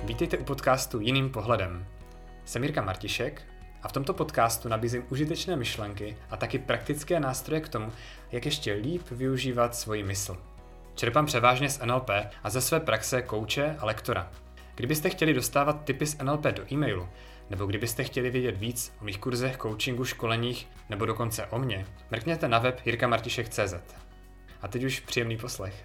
Vítejte u podcastu Jiným pohledem. Jsem Jirka Martišek a v tomto podcastu nabízím užitečné myšlenky a taky praktické nástroje k tomu, jak ještě líp využívat svoji mysl. Čerpám převážně z NLP a ze své praxe kouče a lektora. Kdybyste chtěli dostávat tipy z NLP do e-mailu, nebo kdybyste chtěli vědět víc o mých kurzech, coachingu, školeních, nebo dokonce o mně, mrkněte na web jirkamartišek.cz. A teď už příjemný poslech.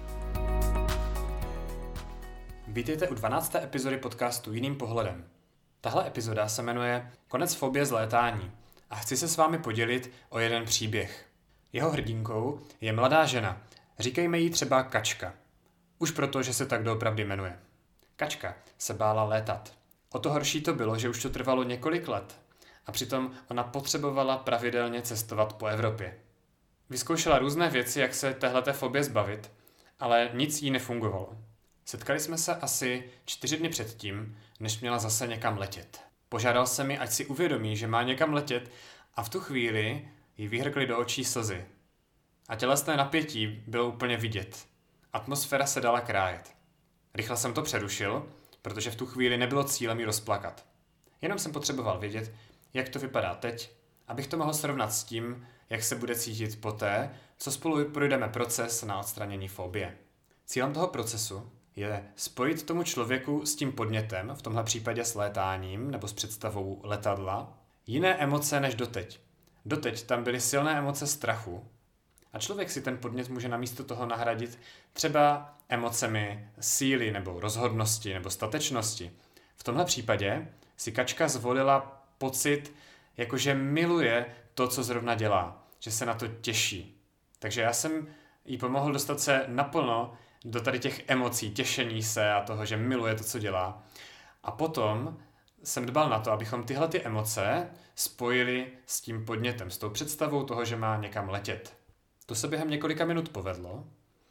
Vítejte u 12. epizody podcastu Jiným pohledem. Tahle epizoda se jmenuje Konec fobie z létání a chci se s vámi podělit o jeden příběh. Jeho hrdinkou je mladá žena, říkejme jí třeba Kačka. Už proto, že se tak doopravdy jmenuje. Kačka se bála létat. O to horší to bylo, že už to trvalo několik let a přitom ona potřebovala pravidelně cestovat po Evropě. Vyzkoušela různé věci, jak se téhleté fobie zbavit, ale nic jí nefungovalo. Setkali jsme se asi 4 dny předtím, než měla zase někam letět. Požádal jsem ji, ať si uvědomí, že má někam letět a v tu chvíli jí vyhrkly do očí slzy. A tělesné napětí bylo úplně vidět. Atmosféra se dala krájet. Rychle jsem to přerušil, protože v tu chvíli nebylo cílem ji rozplakat. Jenom jsem potřeboval vědět, jak to vypadá teď, abych to mohl srovnat s tím, jak se bude cítit poté, co spolu projdeme proces na odstranění fobie. Cílem toho procesu je spojit tomu člověku s tím podnětem, v tomhle případě s létáním nebo s představou letadla, jiné emoce než doteď. Doteď tam byly silné emoce strachu a člověk si ten podnět může namísto toho nahradit třeba emocemi síly nebo rozhodnosti nebo statečnosti. V tomhle případě si Kačka zvolila pocit, jakože miluje to, co zrovna dělá, že se na to těší. Takže já jsem jí pomohl dostat se naplno do tady těch emocí, těšení se a toho, že miluje to, co dělá. A potom jsem dbal na to, abychom tyhle ty emoce spojili s tím podnětem, s tou představou toho, že má někam letět. To se během několika minut povedlo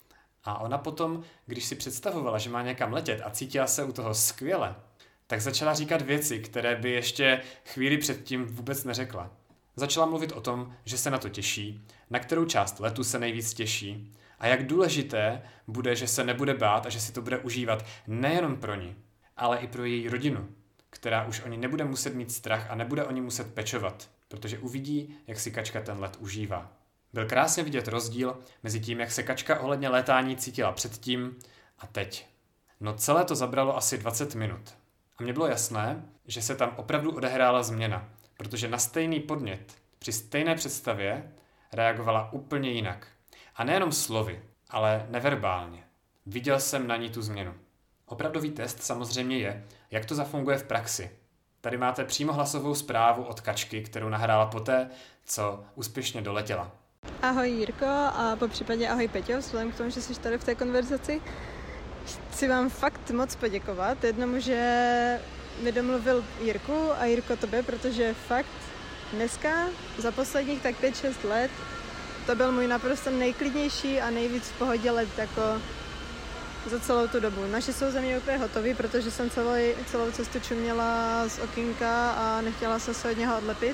a ona potom, když si představovala, že má někam letět a cítila se u toho skvěle, tak začala říkat věci, které by ještě chvíli předtím vůbec neřekla. Začala mluvit o tom, že se na to těší, na kterou část letu se nejvíc těší a jak důležité bude, že se nebude bát a že si to bude užívat nejenom pro ní, ale i pro její rodinu, která už o ní nebude muset mít strach a nebude o ní muset pečovat, protože uvidí, jak si Kačka ten let užívá. Byl krásně vidět rozdíl mezi tím, jak se Kačka ohledně létání cítila předtím a teď. No celé to zabralo asi 20 minut. A mně bylo jasné, že se tam opravdu odehrála změna, protože na stejný podnět, při stejné představě, reagovala úplně jinak. A nejenom slovy, ale neverbálně. Viděl jsem na ní tu změnu. Opravdový test samozřejmě je, jak to zafunguje v praxi. Tady máte přímo hlasovou zprávu od Kačky, kterou nahrála poté, co úspěšně doletěla. Ahoj Jirko a po případě ahoj Peťo, vzhledem k tomu, že jsi tady v té konverzaci. Chci vám fakt moc poděkovat jednomu, že mi domluvil Jirku a Jirko tobě, protože fakt dneska za posledních tak 5-6 let to byl můj naprosto nejklidnější a nejvíc v pohodě let jako za celou tu dobu. Naše jsou ze mě úplně hotový, protože jsem celou cestu čuměla z okýnka a nechtěla se od něho odlepit.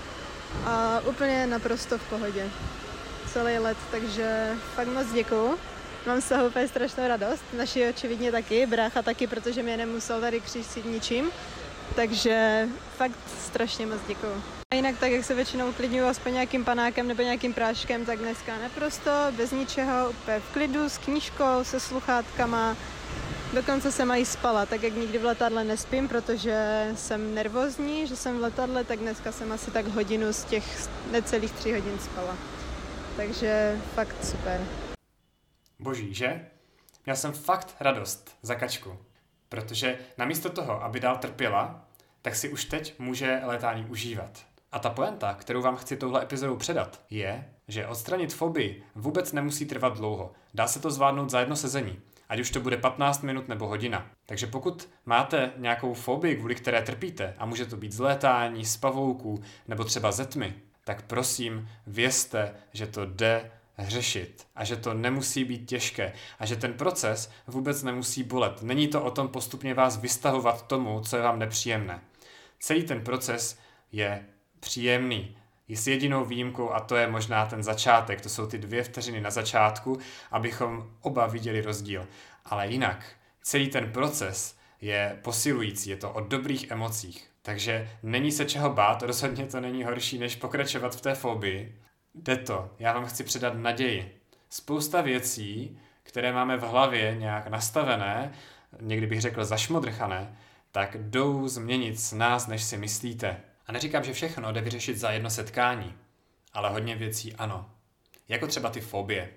A úplně naprosto v pohodě. Celý let, takže fakt moc děkuju. Mám z toho úplně strašnou radost. Naši očividně taky, brácha taky, protože mě nemusel tady křísit ničím. Takže fakt strašně moc děkuju. A jinak tak, jak se většinou uklidňuju aspoň nějakým panákem nebo nějakým práškem, tak dneska naprosto, bez ničeho, úplně v klidu, s knížkou, se sluchátkama. Dokonce jsem i spala, tak jak nikdy v letadle nespím, protože jsem nervózní, že jsem v letadle, tak dneska jsem asi tak hodinu z těch necelých 3 hodin spala. Takže fakt super. Boží, že? Měl jsem fakt radost za Kačku, protože namísto toho, aby dál trpěla, tak si už teď může létání užívat. A ta pointa, kterou vám chci touhle epizodou předat, je, že odstranit fobii vůbec nemusí trvat dlouho. Dá se to zvládnout za jedno sezení, ať už to bude 15 minut nebo hodina. Takže pokud máte nějakou fobii, kvůli které trpíte, a může to být z létání, z pavouků nebo třeba ze tmy, tak prosím vězte, že to jde řešit a že to nemusí být těžké a že ten proces vůbec nemusí bolet. Není to o tom postupně vás vystavovat tomu, co je vám nepříjemné. Celý ten proces je příjemný. Je s jedinou výjimkou a to je možná ten začátek. To jsou ty 2 vteřiny na začátku, abychom oba viděli rozdíl. Ale jinak celý ten proces je posilující, je to o dobrých emocích. Takže není se čeho bát, rozhodně to není horší, než pokračovat v té fobii. Jde to, já vám chci předat naději. Spousta věcí, které máme v hlavě nějak nastavené, někdy bych řekl zašmodrchané, tak jdou změnit s nás, než si myslíte. A neříkám, že všechno jde vyřešit za jedno setkání, ale hodně věcí ano. Jako třeba ty fobie.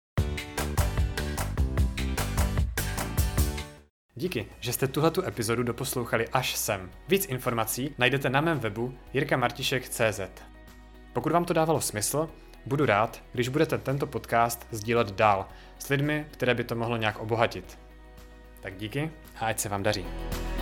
Díky, že jste tuhletu epizodu doposlouchali až sem. Víc informací najdete na mém webu jirkamartišek.cz. Pokud vám to dávalo smysl, budu rád, když budete tento podcast sdílet dál s lidmi, které by to mohlo nějak obohatit. Tak díky a ať se vám daří.